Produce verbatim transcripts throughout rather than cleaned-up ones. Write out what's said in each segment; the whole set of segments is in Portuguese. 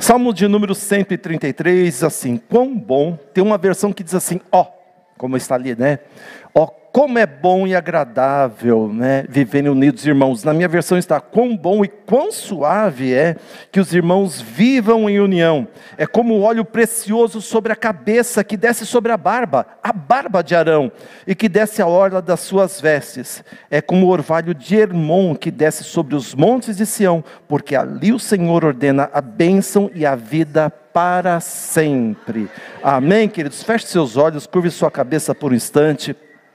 Salmo de número cento e trinta e três diz assim: quão bom, tem uma versão que diz assim, ó, como está ali, né? Ó, como é bom e agradável, né, viverem unidos irmãos. Na minha versão está, quão bom e quão suave é que os irmãos vivam em união. É como o óleo precioso sobre a cabeça, que desce sobre a barba, a barba de Arão, e que desce a orla das suas vestes. É como o orvalho de Hermon, que desce sobre os montes de Sião, porque ali o Senhor ordena a bênção e a vida para sempre. Amém, queridos? Feche seus olhos, curve sua cabeça por um instante.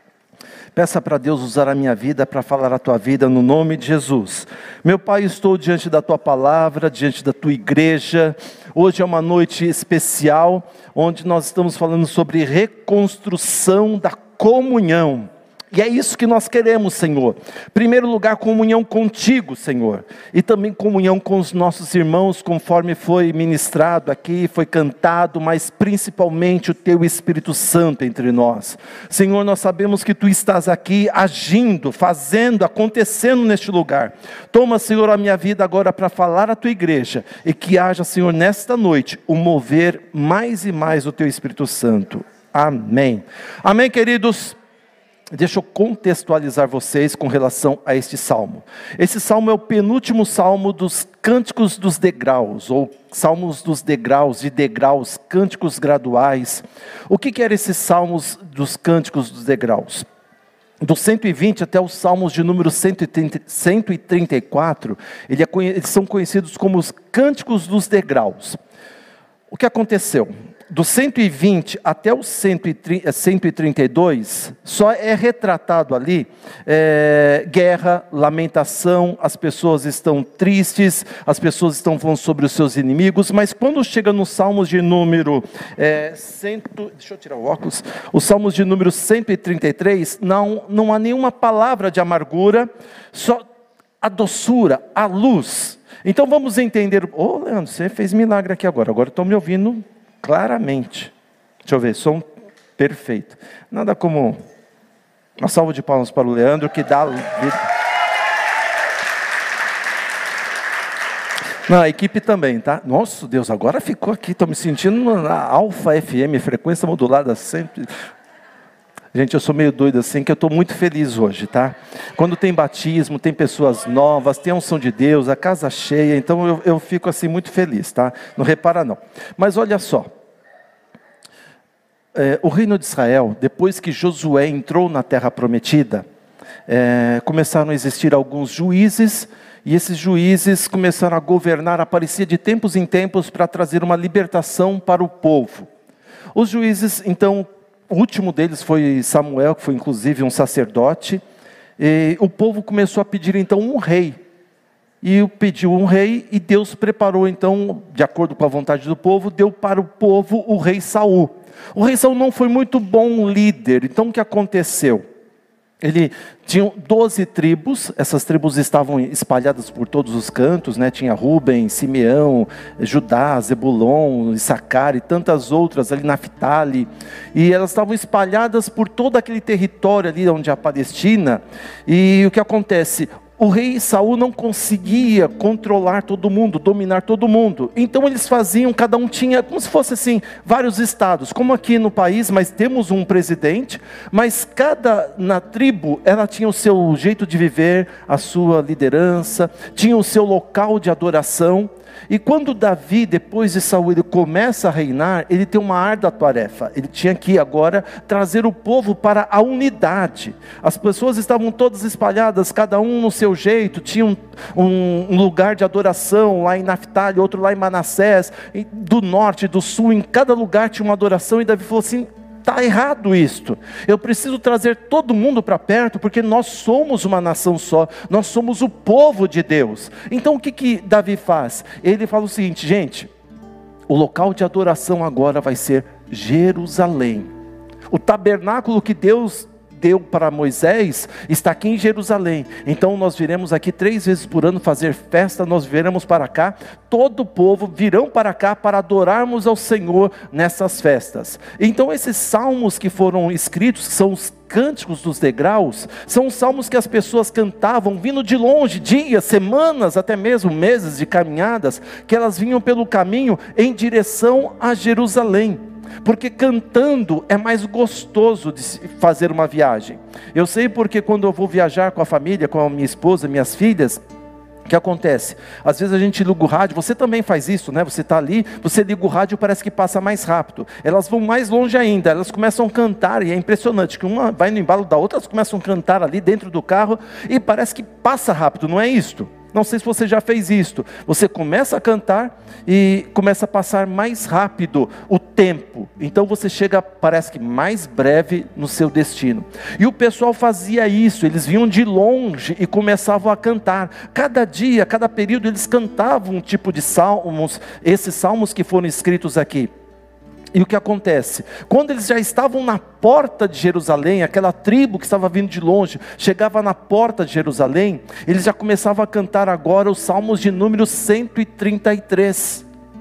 Peça para Deus usar a minha vida para falar a tua vida no nome de Jesus. Meu Pai, estou diante da tua palavra, diante da tua igreja. Hoje é uma noite especial, onde nós estamos falando sobre reconstrução da comunhão. E é isso que nós queremos, Senhor. Em primeiro lugar, comunhão contigo, Senhor. E também comunhão com os nossos irmãos, conforme foi ministrado aqui, foi cantado, mas principalmente o teu Espírito Santo entre nós. Senhor, nós sabemos que tu estás aqui agindo, fazendo, acontecendo neste lugar. Toma, Senhor, a minha vida agora para falar à tua igreja. E que haja, Senhor, nesta noite, o mover mais e mais do teu Espírito Santo. Amém. Amém, queridos. Deixa eu contextualizar vocês com relação a este salmo. Esse salmo é o penúltimo salmo dos cânticos dos degraus, ou salmos dos degraus, de degraus, cânticos graduais. O que que eram esses salmos dos cânticos dos degraus? Do cento e vinte até os salmos de número cento e trinta e quatro, ele é, eles são conhecidos como os cânticos dos degraus. O que aconteceu? Do cento e vinte até o cento e trinta e dois, só é retratado ali é, guerra, lamentação, as pessoas estão tristes, as pessoas estão falando sobre os seus inimigos, mas quando chega nos salmos de número, é, cento, deixa eu tirar o óculos, os salmos de número cento e trinta e três, não, não há nenhuma palavra de amargura, só a doçura, a luz. Então vamos entender, ô oh, Leandro, você fez milagre aqui agora, agora estou me ouvindo claramente. Deixa eu ver, som perfeito. Nada como uma salva de palmas para o Leandro, que dá vida. Não, a equipe também, tá? Nossa Deus, agora ficou aqui, estou me sentindo na Alfa F M, frequência modulada sempre. Gente, eu sou meio doido assim, que eu estou muito feliz hoje, tá? Quando tem batismo, tem pessoas novas, tem a unção de Deus, a casa cheia, então eu, eu fico assim muito feliz, tá? Não repara não. Mas olha só, é, o reino de Israel, depois que Josué entrou na terra prometida, é, começaram a existir alguns juízes, e esses juízes começaram a governar, aparecia de tempos em tempos para trazer uma libertação para o povo. Os juízes, então, o último deles foi Samuel, que foi inclusive um sacerdote, e o povo começou a pedir então um rei, e pediu um rei, e Deus preparou então, de acordo com a vontade do povo, deu para o povo o rei Saul. O rei Saul não foi muito bom líder, então o que aconteceu? Ele tinha doze tribos, essas tribos estavam espalhadas por todos os cantos, né? Tinha Ruben, Simeão, Judá, Zebulon, Issacar e tantas outras ali, Naftali, e elas estavam espalhadas por todo aquele território ali onde é a Palestina. E o que acontece? O rei Saul não conseguia controlar todo mundo, dominar todo mundo. Então eles faziam, cada um tinha, como se fosse assim, vários estados. Como aqui no país, mas temos um presidente, mas cada, na tribo, ela tinha o seu jeito de viver, a sua liderança, tinha o seu local de adoração. E quando Davi, depois de Saul, ele começa a reinar, ele tem uma árdua tarefa. Ele tinha que agora trazer o povo para a unidade. As pessoas estavam todas espalhadas, cada um no seu jeito. Tinha um, um, um lugar de adoração lá em Naftali, outro lá em Manassés, do norte, do sul, em cada lugar tinha uma adoração. E Davi falou assim: está errado isto, eu preciso trazer todo mundo para perto, porque nós somos uma nação só, nós somos o povo de Deus. Então o que que Davi faz? Ele fala o seguinte: gente, o local de adoração agora vai ser Jerusalém. O tabernáculo que Deus deu para Moisés está aqui em Jerusalém. Então nós viremos aqui três vezes por ano fazer festa, nós viremos para cá, todo o povo virão para cá para adorarmos ao Senhor nessas festas. Então esses salmos que foram escritos, que são os cânticos dos degraus, são os salmos que as pessoas cantavam vindo de longe, dias, semanas, até mesmo meses de caminhadas, que elas vinham pelo caminho em direção a Jerusalém. Porque cantando é mais gostoso de fazer uma viagem. Eu sei porque quando eu vou viajar com a família, com a minha esposa, minhas filhas, o que acontece? Às vezes a gente liga o rádio, você também faz isso, né? Você está ali, você liga o rádio, parece que passa mais rápido. Elas vão mais longe ainda, elas começam a cantar, e é impressionante, que uma vai no embalo da outra, elas começam a cantar ali dentro do carro, e parece que passa rápido, não é isto? Não sei se você já fez isto. Você começa a cantar e começa a passar mais rápido o tempo. Então você chega, parece que mais breve no seu destino. E o pessoal fazia isso, eles vinham de longe e começavam a cantar. Cada dia, cada período eles cantavam um tipo de salmos, esses salmos que foram escritos aqui. E o que acontece? Quando eles já estavam na porta de Jerusalém, aquela tribo que estava vindo de longe, chegava na porta de Jerusalém, eles já começavam a cantar agora os salmos de número cento e trinta e três.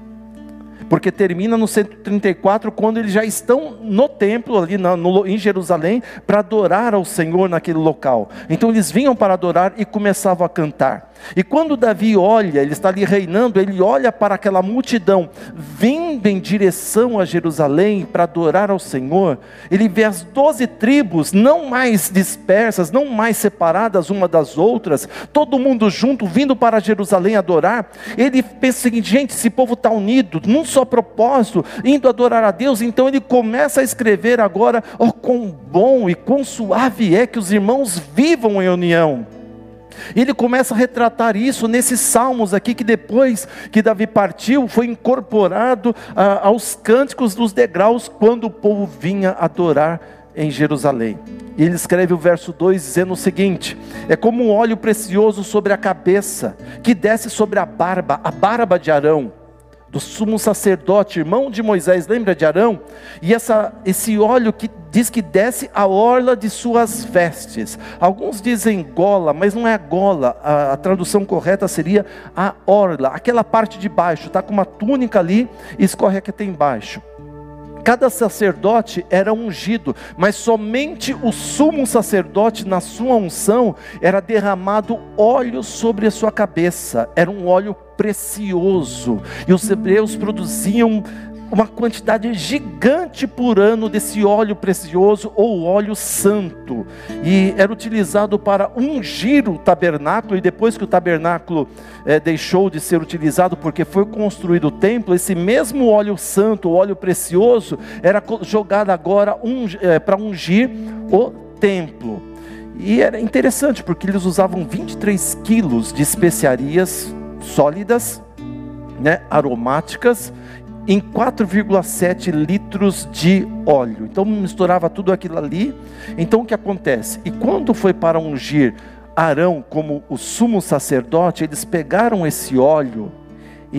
Porque termina no cento e trinta e quatro, quando eles já estão no templo, ali na, no, em Jerusalém, para adorar ao Senhor naquele local. Então eles vinham para adorar e começavam a cantar. E quando Davi olha, ele está ali reinando, ele olha para aquela multidão, vindo em direção a Jerusalém para adorar ao Senhor, ele vê as doze tribos, não mais dispersas, não mais separadas uma das outras, todo mundo junto, vindo para Jerusalém adorar. Ele pensa o seguinte: gente, esse povo está unido, num só propósito, indo adorar a Deus. Então ele começa a escrever agora: oh, quão bom e quão suave é que os irmãos vivam em união. Ele começa a retratar isso nesses salmos aqui, que depois que Davi partiu, foi incorporado ah, aos cânticos dos degraus, quando o povo vinha adorar em Jerusalém. E ele escreve o verso dois dizendo o seguinte: é como um óleo precioso sobre a cabeça, que desce sobre a barba, a barba de Arão, do sumo sacerdote, irmão de Moisés. Lembra de Arão? E essa, esse óleo que diz que desce a orla de suas vestes. Alguns dizem gola, mas não é a gola, a, a tradução correta seria a orla, aquela parte de baixo, está com uma túnica ali e escorre aqui até embaixo. Cada sacerdote era ungido, mas somente o sumo sacerdote, na sua unção, era derramado óleo sobre a sua cabeça. Era um óleo precioso, e os hebreus produziam uma quantidade gigante por ano desse óleo precioso, ou óleo santo, e era utilizado para ungir o tabernáculo. E depois que o tabernáculo é, deixou de ser utilizado, porque foi construído o templo, esse mesmo óleo santo, o óleo precioso, era jogado agora um, é, para ungir o templo. E era interessante, porque eles usavam vinte e três quilos de especiarias sólidas, né, aromáticas, em quatro vírgula sete litros de óleo. Então misturava tudo aquilo ali. Então o que acontece? E quando foi para ungir Arão como o sumo sacerdote, eles pegaram esse óleo e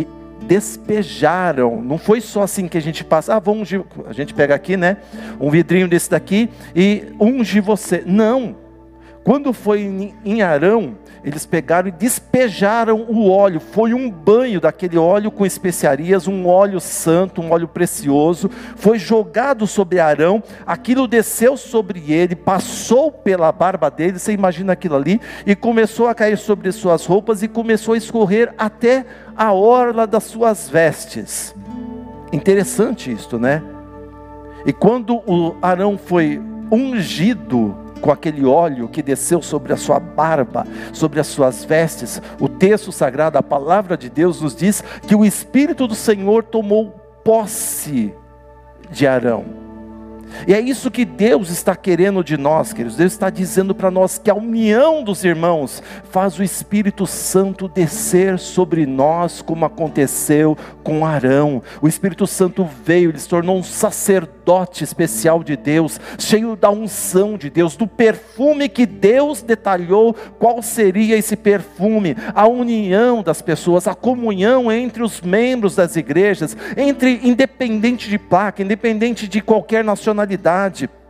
despejaram. Não foi só assim que a gente passa, ah, vamos ungir, a gente pega aqui, né, um vidrinho desse daqui e unge você. Não. Quando foi em Arão, eles pegaram e despejaram o óleo. Foi um banho daquele óleo com especiarias, um óleo santo, um óleo precioso. Foi jogado sobre Arão, aquilo desceu sobre ele, passou pela barba dele, você imagina aquilo ali, e começou a cair sobre suas roupas, e começou a escorrer até a orla das suas vestes. Interessante isto, né? E quando o Arão foi ungido com aquele óleo que desceu sobre a sua barba, sobre as suas vestes, o texto sagrado, a palavra de Deus nos diz que o Espírito do Senhor tomou posse de Arão. E é isso que Deus está querendo de nós, queridos. Deus está dizendo para nós que a união dos irmãos faz o Espírito Santo descer sobre nós, como aconteceu com Arão. O Espírito Santo veio, ele se tornou um sacerdote especial de Deus, cheio da unção de Deus, do perfume que Deus detalhou qual seria esse perfume, a união das pessoas, a comunhão entre os membros das igrejas, entre independente de placa, independente de qualquer nacionalidade.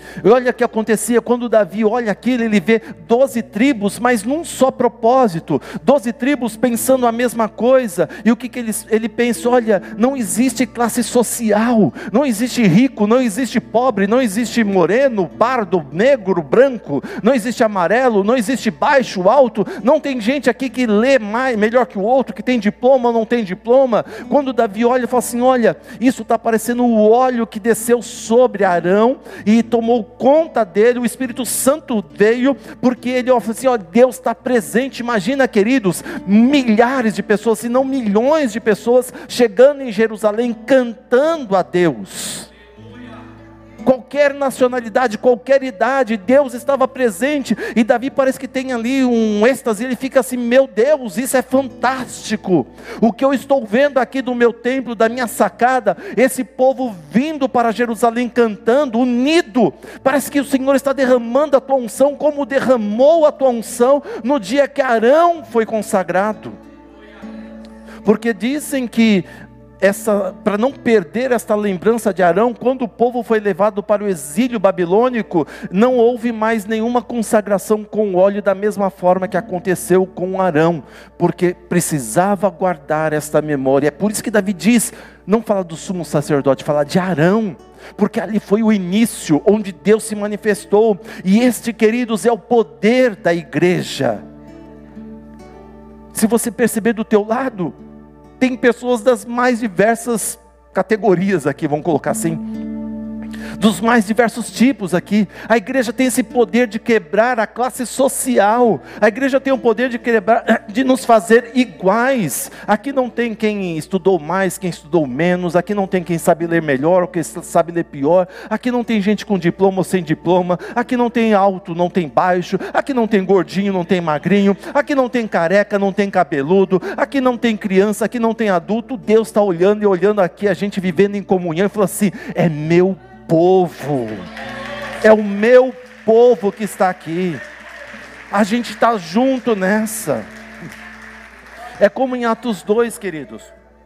E olha o que acontecia quando Davi olha aquilo, ele vê doze tribos, mas num só propósito, doze tribos pensando a mesma coisa. E o que, que ele, ele pensa? Olha, não existe classe social, não existe rico, não existe pobre, não existe moreno, pardo, negro, branco, não existe amarelo, não existe baixo, alto, não tem gente aqui que lê mais, melhor que o outro, que tem diploma ou não tem diploma. Quando Davi olha, ele fala assim, olha, isso está parecendo o óleo que desceu sobre Arão e tomou conta dele, o Espírito Santo veio, porque ele falou assim, ó, Deus está presente. Imagina, queridos, milhares de pessoas, se não milhões de pessoas, chegando em Jerusalém, cantando a Deus. Qualquer nacionalidade, qualquer idade, Deus estava presente, e Davi parece que tem ali um êxtase, ele fica assim, meu Deus, isso é fantástico, o que eu estou vendo aqui do meu templo, da minha sacada, esse povo vindo para Jerusalém cantando, unido, parece que o Senhor está derramando a tua unção, como derramou a tua unção no dia que Arão foi consagrado, porque dizem que para não perder esta lembrança de Arão, quando o povo foi levado para o exílio babilônico, não houve mais nenhuma consagração com óleo da mesma forma que aconteceu com Arão, porque precisava guardar esta memória. É por isso que Davi diz, não fala do sumo sacerdote, fala de Arão, porque ali foi o início, onde Deus se manifestou, e este, queridos, é o poder da igreja. Se você perceber do teu lado, tem pessoas das mais diversas categorias aqui, vamos colocar assim, dos mais diversos tipos aqui. A igreja tem esse poder de quebrar a classe social, a igreja tem o poder de quebrar, de nos fazer iguais. Aqui não tem quem estudou mais, quem estudou menos, aqui não tem quem sabe ler melhor ou quem sabe ler pior, aqui não tem gente com diploma ou sem diploma, aqui não tem alto, não tem baixo, aqui não tem gordinho, não tem magrinho, aqui não tem careca, não tem cabeludo, aqui não tem criança, aqui não tem adulto. Deus está olhando e olhando aqui, a gente vivendo em comunhão, e falou assim, é meu povo, é o meu povo que está aqui, a gente está junto nessa. É como em Atos dois, queridos,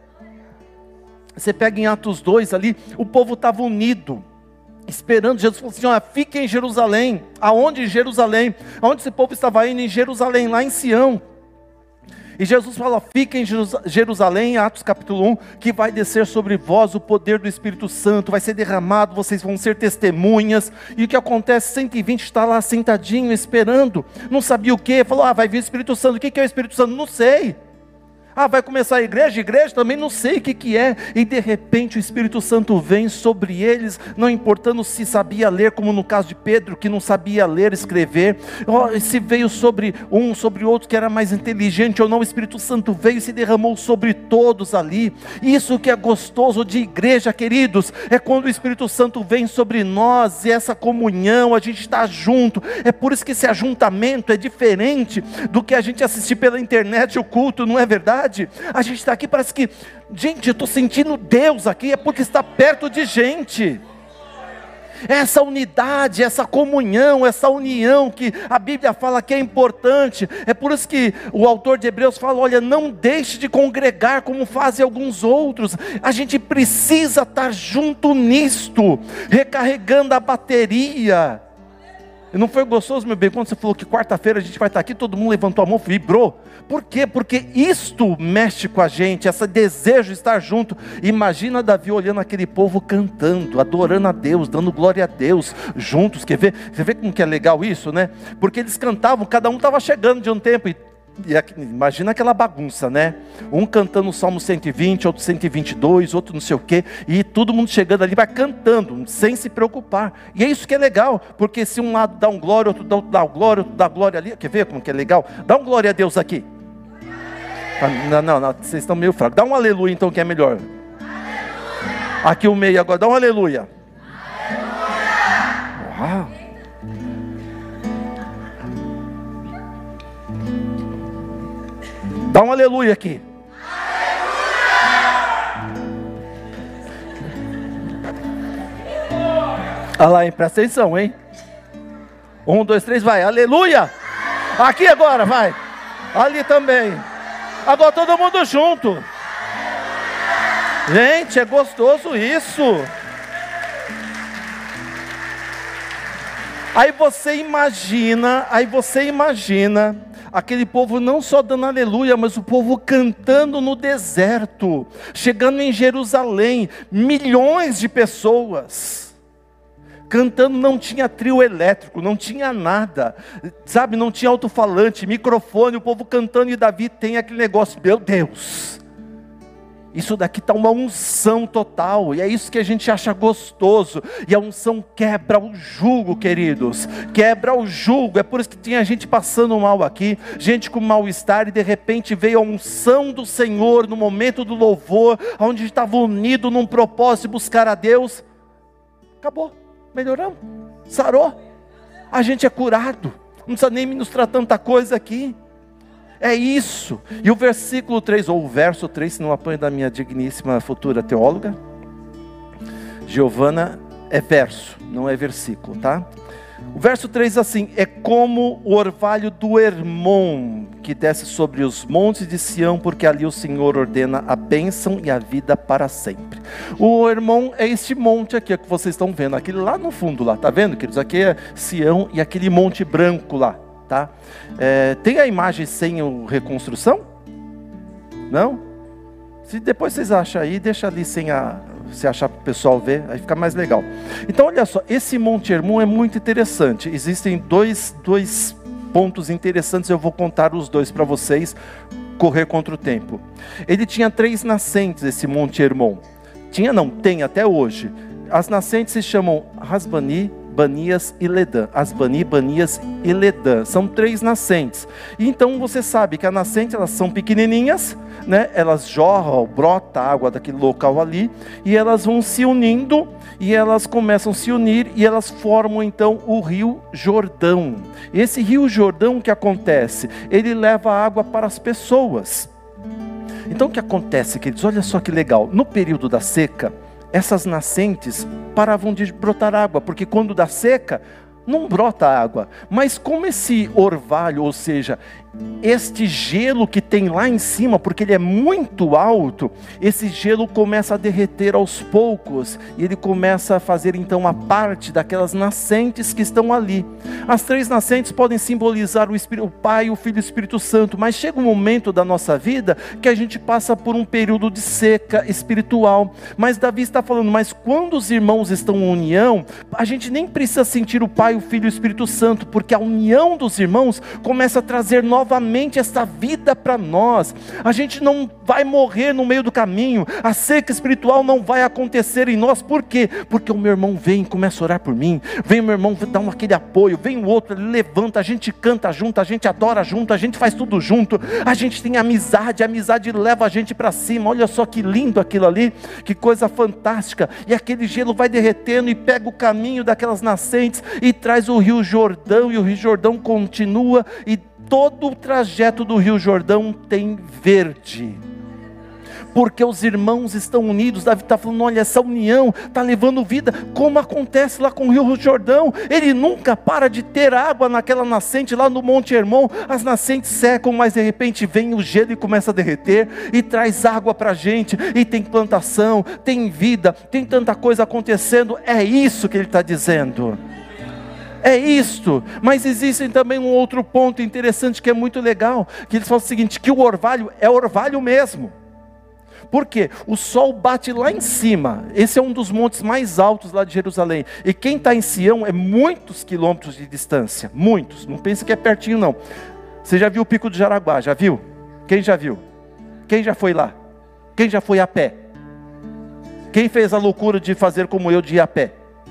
você pega em Atos dois ali, o povo estava unido, esperando. Jesus falou assim, olha, fiquem em Jerusalém. Aonde? Em Jerusalém. Aonde esse povo estava indo? Em Jerusalém, lá em Sião. E Jesus fala, fiquem em Jerusalém, Atos capítulo um, que vai descer sobre vós o poder do Espírito Santo, vai ser derramado, vocês vão ser testemunhas. E o que acontece? cento e vinte está lá sentadinho, esperando, não sabia o que, falou, ah, vai vir o Espírito Santo. O que é o Espírito Santo? Não sei. Ah, vai começar a igreja? Igreja também não sei o que, que é. E de repente o Espírito Santo vem sobre eles, não importando se sabia ler, como no caso de Pedro, que não sabia ler, escrever. Oh, se veio sobre um, sobre outro que era mais inteligente ou não, o Espírito Santo veio e se derramou sobre todos ali. Isso que é gostoso de igreja, queridos, é quando o Espírito Santo vem sobre nós, e essa comunhão, a gente está junto. É por isso que esse ajuntamento é diferente do que a gente assistir pela internet o culto, não é verdade? A gente está aqui, parece que, gente, eu estou sentindo Deus aqui, é porque está perto de gente. Essa unidade, essa comunhão, essa união que a Bíblia fala que é importante. É por isso que o autor de Hebreus fala, olha, não deixe de congregar como fazem alguns outros. A gente precisa estar junto nisto, recarregando a bateria. E não foi gostoso, meu bem, quando você falou que quarta-feira a gente vai estar aqui, todo mundo levantou a mão, vibrou. Por quê? Porque isto mexe com a gente, esse desejo de estar junto. Imagina Davi olhando aquele povo cantando, adorando a Deus, dando glória a Deus, juntos. Quer ver? Você vê como que é legal isso, né? Porque eles cantavam, cada um estava chegando de um tempo, e E aqui, imagina aquela bagunça, né? Um cantando o Salmo cento e vinte, outro cento e vinte e dois, outro não sei o quê, e todo mundo chegando ali, vai cantando, sem se preocupar. E é isso que é legal, porque se um lado dá um glória, outro dá, dá um glória, outro dá glória ali, quer ver como que é legal? Dá um glória a Deus aqui. Não, não, não, vocês estão meio fracos. Dá um aleluia então, que é melhor. Aleluia. Aqui o meio agora, dá um aleluia. Aleluia. Uau. Dá um aleluia aqui. Olha lá, hein? Presta atenção, hein? Um, dois, três, vai. Aleluia! Aqui agora, vai. Ali também. Agora todo mundo junto. Gente, é gostoso isso. Aí você imagina, aí você imagina, aquele povo não só dando aleluia, mas o povo cantando no deserto, chegando em Jerusalém, milhões de pessoas, cantando, não tinha trio elétrico, não tinha nada, sabe, não tinha alto-falante, microfone, o povo cantando, e Davi tem aquele negócio, meu Deus, isso daqui está uma unção total, e é isso que a gente acha gostoso, e a unção quebra o jugo, queridos, quebra o jugo. É por isso que tinha gente passando mal aqui, gente com mal-estar, e de repente veio a unção do Senhor, no momento do louvor, onde estava unido num propósito de buscar a Deus, acabou, melhoramos, sarou, a gente é curado, não precisa nem ministrar tanta coisa aqui. É isso. E o versículo três, ou o verso três, se não apanho da minha digníssima futura teóloga Giovana, é verso, não é versículo, tá? O verso três assim: é como o orvalho do Hermon, que desce sobre os montes de Sião, porque ali o Senhor ordena a bênção e a vida para sempre. O Hermon é este monte aqui que vocês estão vendo, aquele lá no fundo lá, tá vendo, queridos? Aqui é Sião e aquele monte branco lá. Tá? É, tem a imagem sem o reconstrução? Não? Se depois vocês acham aí, deixa ali sem a... se achar para o pessoal ver, aí fica mais legal. Então olha só, esse Monte Hermon é muito interessante. Existem dois, dois pontos interessantes, eu vou contar os dois para vocês, correr contra o tempo. Ele tinha três nascentes, esse Monte Hermon. Tinha não, tem até hoje. As nascentes se chamam Hasbani, Banias e Ledã. Asbani, Banias e Ledã. São três nascentes. E então você sabe que a nascente, elas são pequenininhas, né? Elas jorram, brota água daquele local ali, e elas vão se unindo, e elas começam a se unir, e elas formam então o Rio Jordão. Esse Rio Jordão, o que acontece? Ele leva água para as pessoas. Então o que acontece, queridos? Olha só que legal. No período da seca, essas nascentes paravam de brotar água, porque quando dá seca, não brota água. Mas como esse orvalho, ou seja, este gelo que tem lá em cima, porque ele é muito alto, esse gelo começa a derreter aos poucos, e ele começa a fazer então a parte daquelas nascentes que estão ali. As três nascentes podem simbolizar o, Espírito, o Pai, o Filho e o Espírito Santo, mas chega um momento da nossa vida que a gente passa por um período de seca espiritual. Mas Davi está falando, mas quando os irmãos estão em união, a gente nem precisa sentir o Pai, o Filho e o Espírito Santo, porque a união dos irmãos começa a trazer novas novamente essa vida para nós. A gente não vai morrer no meio do caminho, a seca espiritual não vai acontecer em nós. Por quê? Porque o meu irmão vem, começa a orar por mim, vem o meu irmão dar um, aquele apoio, vem o outro, ele levanta, a gente canta junto, a gente adora junto, a gente faz tudo junto, a gente tem amizade, a amizade leva a gente para cima. Olha só que lindo aquilo ali, que coisa fantástica. E aquele gelo vai derretendo e pega o caminho daquelas nascentes e traz o Rio Jordão, e o Rio Jordão continua, e todo o trajeto do Rio Jordão tem verde, porque os irmãos estão unidos. Davi está falando, olha, essa união está levando vida, como acontece lá com o Rio Jordão. Ele nunca para de ter água naquela nascente lá no Monte Hermon. As nascentes secam, mas de repente vem o gelo e começa a derreter, e traz água para a gente, e tem plantação, tem vida, tem tanta coisa acontecendo. É isso que ele está dizendo. É isto. Mas existe também um outro ponto interessante que é muito legal, que eles falam o seguinte, que o orvalho é orvalho mesmo. Por quê? O sol bate lá em cima. Esse é um dos montes mais altos lá de Jerusalém, e quem está em Sião é muitos quilômetros de distância, muitos, não pense que é pertinho não. Você já viu o Pico do Jaraguá? Já viu? Quem já viu? Quem já foi lá? Quem já foi a pé? Quem fez a loucura de fazer como eu, de ir a pé?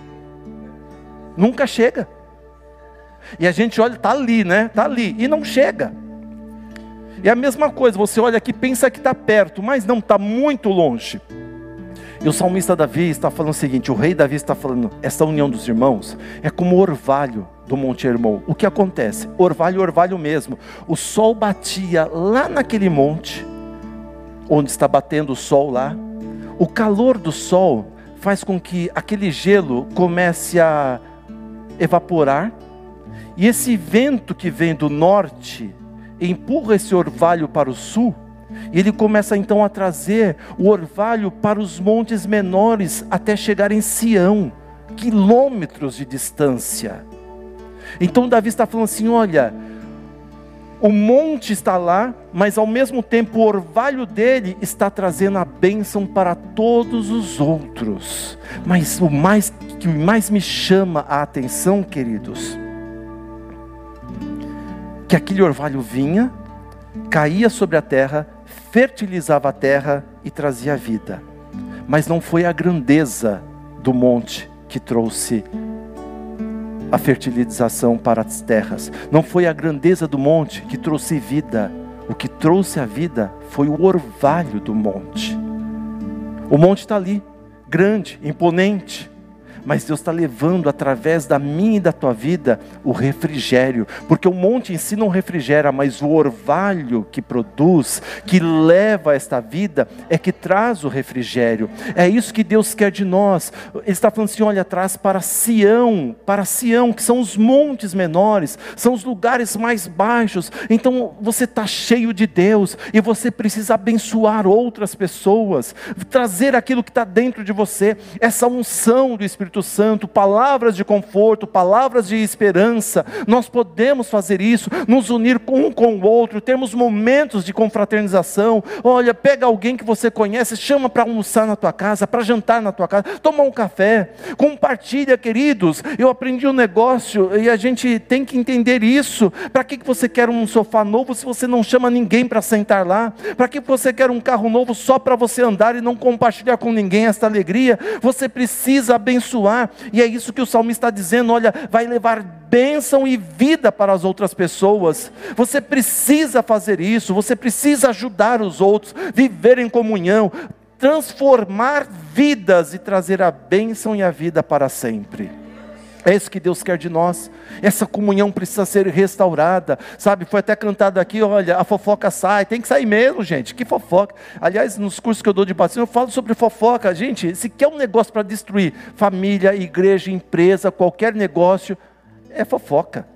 Nunca chega. E a gente olha, está ali, né? Está ali, e não chega. E a mesma coisa, você olha aqui, pensa que está perto, mas não, está muito longe. E o salmista Davi está falando o seguinte, o rei Davi está falando, essa união dos irmãos é como o orvalho do Monte Hermon. O que acontece? Orvalho, orvalho mesmo. O sol batia lá naquele monte, onde está batendo o sol lá. O calor do sol faz com que aquele gelo comece a evaporar, e esse vento que vem do norte empurra esse orvalho para o sul, e ele começa então a trazer o orvalho para os montes menores, até chegar em Sião, quilômetros de distância. Então Davi está falando assim, olha, o monte está lá, mas ao mesmo tempo o orvalho dele está trazendo a bênção para todos os outros. Mas o mais, que mais me chama a atenção, queridos, que aquele orvalho vinha, caía sobre a terra, fertilizava a terra e trazia vida. Mas não foi a grandeza do monte que trouxe a fertilização para as terras. Não foi a grandeza do monte que trouxe vida. O que trouxe a vida foi o orvalho do monte. O monte está ali, grande, imponente. Mas Deus está levando através da minha e da tua vida o refrigério. Porque o monte em si não refrigera, mas o orvalho que produz, que leva esta vida, é que traz o refrigério. É isso que Deus quer de nós. Ele está falando assim, olha, traz para Sião, para Sião, que são os montes menores, são os lugares mais baixos. Então você está cheio de Deus, e você precisa abençoar outras pessoas, trazer aquilo que está dentro de você, essa unção do Espírito Santo, palavras de conforto, palavras de esperança. Nós podemos fazer isso, nos unir um com o outro, termos momentos de confraternização. Olha, pega alguém que você conhece, chama para almoçar na tua casa, para jantar na tua casa, tomar um café, compartilha, queridos. Eu aprendi um negócio e a gente tem que entender isso. Para que você quer um sofá novo se você não chama ninguém para sentar lá? Para que você quer um carro novo só para você andar e não compartilhar com ninguém esta alegria? Você precisa abençoar. E é isso que o salmista está dizendo, olha, vai levar bênção e vida para as outras pessoas. Você precisa fazer isso, você precisa ajudar os outros, viver em comunhão, transformar vidas e trazer a bênção e a vida para sempre. É isso que Deus quer de nós. Essa comunhão precisa ser restaurada, sabe? Foi até cantado aqui, olha, a fofoca sai, tem que sair mesmo, gente. Que fofoca? Aliás, nos cursos que eu dou de batismo, eu falo sobre fofoca. Gente, se quer um negócio para destruir família, igreja, empresa, qualquer negócio, é fofoca.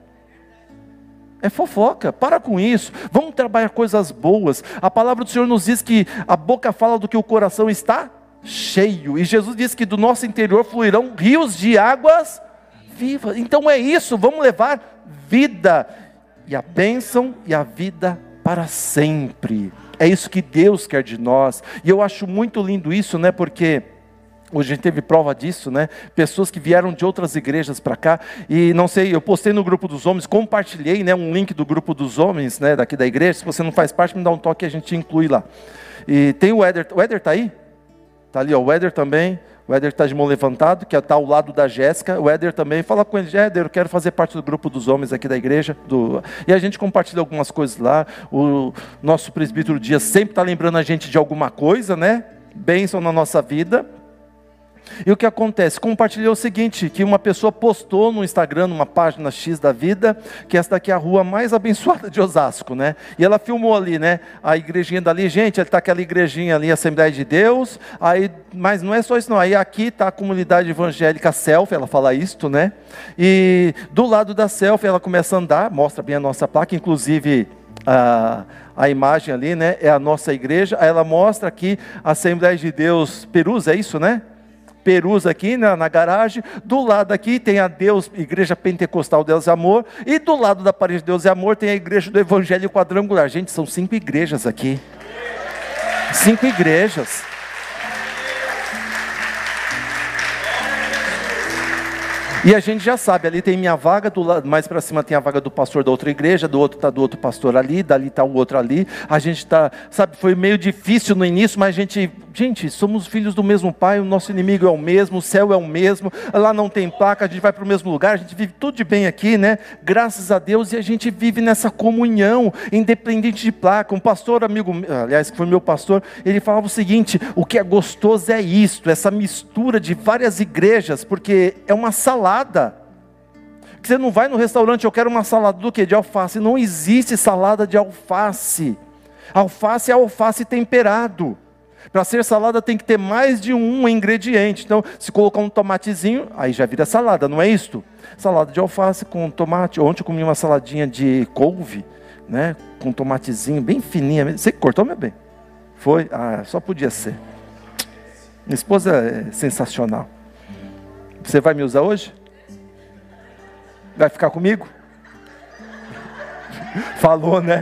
É fofoca, para com isso. Vamos trabalhar coisas boas. A palavra do Senhor nos diz que a boca fala do que o coração está cheio. E Jesus disse que do nosso interior fluirão rios de águas viva. Então é isso, vamos levar vida, e a bênção e a vida para sempre. É isso que Deus quer de nós. E eu acho muito lindo isso, né? Porque hoje a gente teve prova disso, né? Pessoas que vieram de outras igrejas para cá, e não sei, eu postei no grupo dos homens, compartilhei, né, um link do grupo dos homens, né, daqui da igreja. Se você não faz parte, me dá um toque e a gente inclui lá. E tem o Éder, o Éder está aí? Está ali, ó, o Éder também. O Éder está de mão levantado, que está ao lado da Jéssica. O Éder também, fala com ele, Éder, eu quero fazer parte do grupo dos homens aqui da igreja. Do... E a gente compartilha algumas coisas lá. O nosso presbítero Dias sempre está lembrando a gente de alguma coisa, né? Bênção na nossa vida. E o que acontece? Compartilhei o seguinte, que uma pessoa postou no Instagram, numa página X da vida, que essa daqui é a rua mais abençoada de Osasco, né? E ela filmou ali, né? A igrejinha dali, gente, está aquela igrejinha ali, Assembleia de Deus, aí, mas não é só isso não, aí aqui está a comunidade evangélica Selfie, ela fala isto, né? E do lado da Selfie ela começa a andar, mostra bem a nossa placa, inclusive a, a imagem ali, né? É a nossa igreja, aí ela mostra aqui a Assembleia de Deus Perus, é isso, né? Perus aqui na, na garagem, do lado aqui tem a Deus, Igreja Pentecostal Deus e Amor, e do lado da parede Deus e Amor tem a Igreja do Evangelho Quadrangular. Gente, são cinco igrejas aqui, cinco igrejas. E a gente já sabe, ali tem minha vaga, do lado, mais para cima tem a vaga do pastor da outra igreja, do outro está do outro pastor ali, dali está o outro ali. A gente está, sabe, foi meio difícil no início, mas a gente, gente, somos filhos do mesmo pai, o nosso inimigo é o mesmo, o céu é o mesmo, lá não tem placa, a gente vai para o mesmo lugar, a gente vive tudo de bem aqui, né? Graças a Deus, e a gente vive nessa comunhão, independente de placa. Um pastor amigo, aliás, que foi meu pastor, ele falava o seguinte, o que é gostoso é isto, essa mistura de várias igrejas, porque é uma salada. Você não vai no restaurante, eu quero uma salada do quê? De alface. Não existe salada de alface. Alface é alface temperado. Para ser salada tem que ter mais de um ingrediente. Então, se colocar um tomatezinho, aí já vira salada, não é isto? Salada de alface com tomate. Ontem eu comi uma saladinha de couve, né? Com tomatezinho, bem fininha. Você cortou, meu bem? Foi? Ah, só podia ser. Minha esposa é sensacional. Você vai me usar hoje? Vai ficar comigo? Falou, né?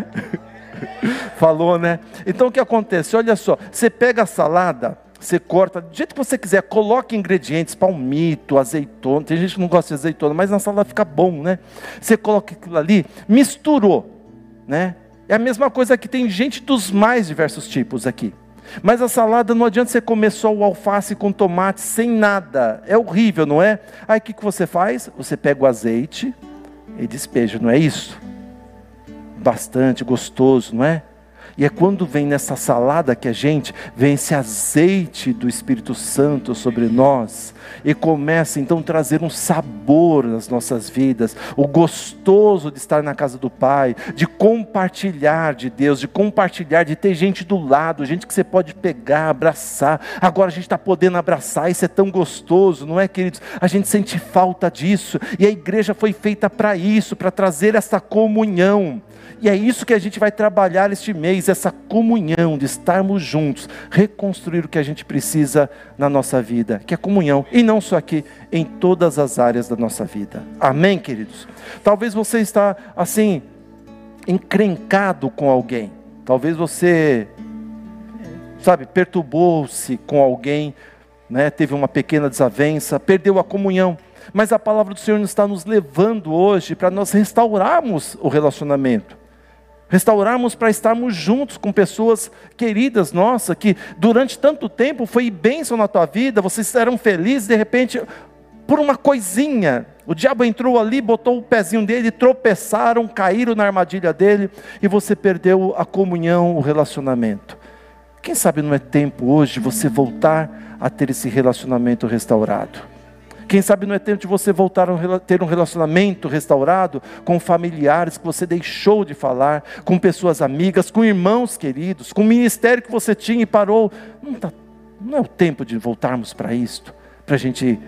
Falou, né? Então o que acontece? Olha só, você pega a salada, você corta do jeito que você quiser, coloca ingredientes, palmito, azeitona. Tem gente que não gosta de azeitona, mas na salada fica bom, né? Você coloca aquilo ali, misturou, né? É a mesma coisa que tem gente dos mais diversos tipos aqui. Mas a salada não adianta você comer só o alface com tomate, sem nada. É horrível, não é? Aí o que, que você faz? Você pega o azeite e despeja, não é isso? Bastante gostoso, não é? E é quando vem nessa salada que a gente, vem esse azeite do Espírito Santo sobre nós, e começa então a trazer um sabor nas nossas vidas, o gostoso de estar na casa do Pai, de compartilhar de Deus, de compartilhar, de ter gente do lado, gente que você pode pegar, abraçar. Agora a gente está podendo abraçar, isso é tão gostoso, não é, queridos? A gente sente falta disso, e a igreja foi feita para isso, para trazer essa comunhão. E é isso que a gente vai trabalhar este mês, essa comunhão de estarmos juntos, reconstruir o que a gente precisa na nossa vida, que é comunhão, e não só aqui, em todas as áreas da nossa vida. Amém, queridos? Talvez você está assim, encrencado com alguém, talvez você, sabe, perturbou-se com alguém, né? Teve uma pequena desavença, perdeu a comunhão. Mas a palavra do Senhor está nos levando hoje para nós restaurarmos o relacionamento. Restaurarmos para estarmos juntos com pessoas queridas nossas, que durante tanto tempo foi bênção na tua vida, vocês eram felizes, de repente, por uma coisinha, o diabo entrou ali, botou o pezinho dele, tropeçaram, caíram na armadilha dele, e você perdeu a comunhão, o relacionamento. Quem sabe não é tempo hoje de você voltar a ter esse relacionamento restaurado? Quem sabe não é tempo de você voltar a ter um relacionamento restaurado com familiares que você deixou de falar, com pessoas amigas, com irmãos queridos, com o ministério que você tinha e parou. Não, tá, não é o tempo de voltarmos para isto, para a gente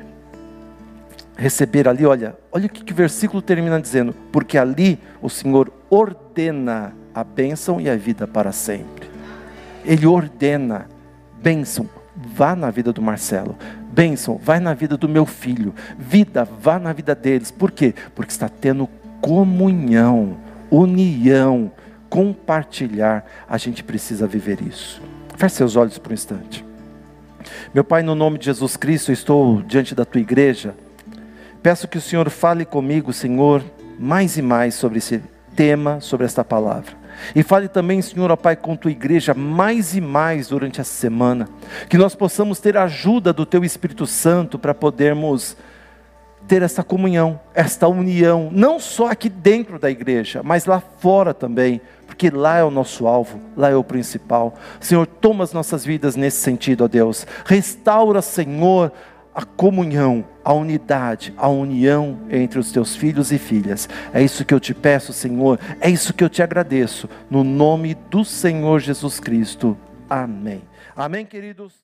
receber ali, olha, olha o que, que o versículo termina dizendo, porque ali o Senhor ordena a bênção e a vida para sempre. Ele ordena, bênção, vá na vida do Marcelo, bênção, vai na vida do meu filho, vida, vá na vida deles. Por quê? Porque está tendo comunhão, união, compartilhar. A gente precisa viver isso. Feche seus olhos por um instante. Meu Pai, no nome de Jesus Cristo, eu estou diante da tua igreja. Peço que o Senhor fale comigo, Senhor, mais e mais sobre esse tema, sobre esta palavra. E fale também, Senhor, ó Pai, com tua igreja mais e mais durante essa semana. Que nós possamos ter a ajuda do teu Espírito Santo para podermos ter essa comunhão, esta união, não só aqui dentro da igreja, mas lá fora também, porque lá é o nosso alvo, lá é o principal. Senhor, toma as nossas vidas nesse sentido, ó Deus. Restaura, Senhor, a comunhão, a unidade, a união entre os teus filhos e filhas. É isso que eu te peço, Senhor, é isso que eu te agradeço, no nome do Senhor Jesus Cristo. Amém. Amém, queridos.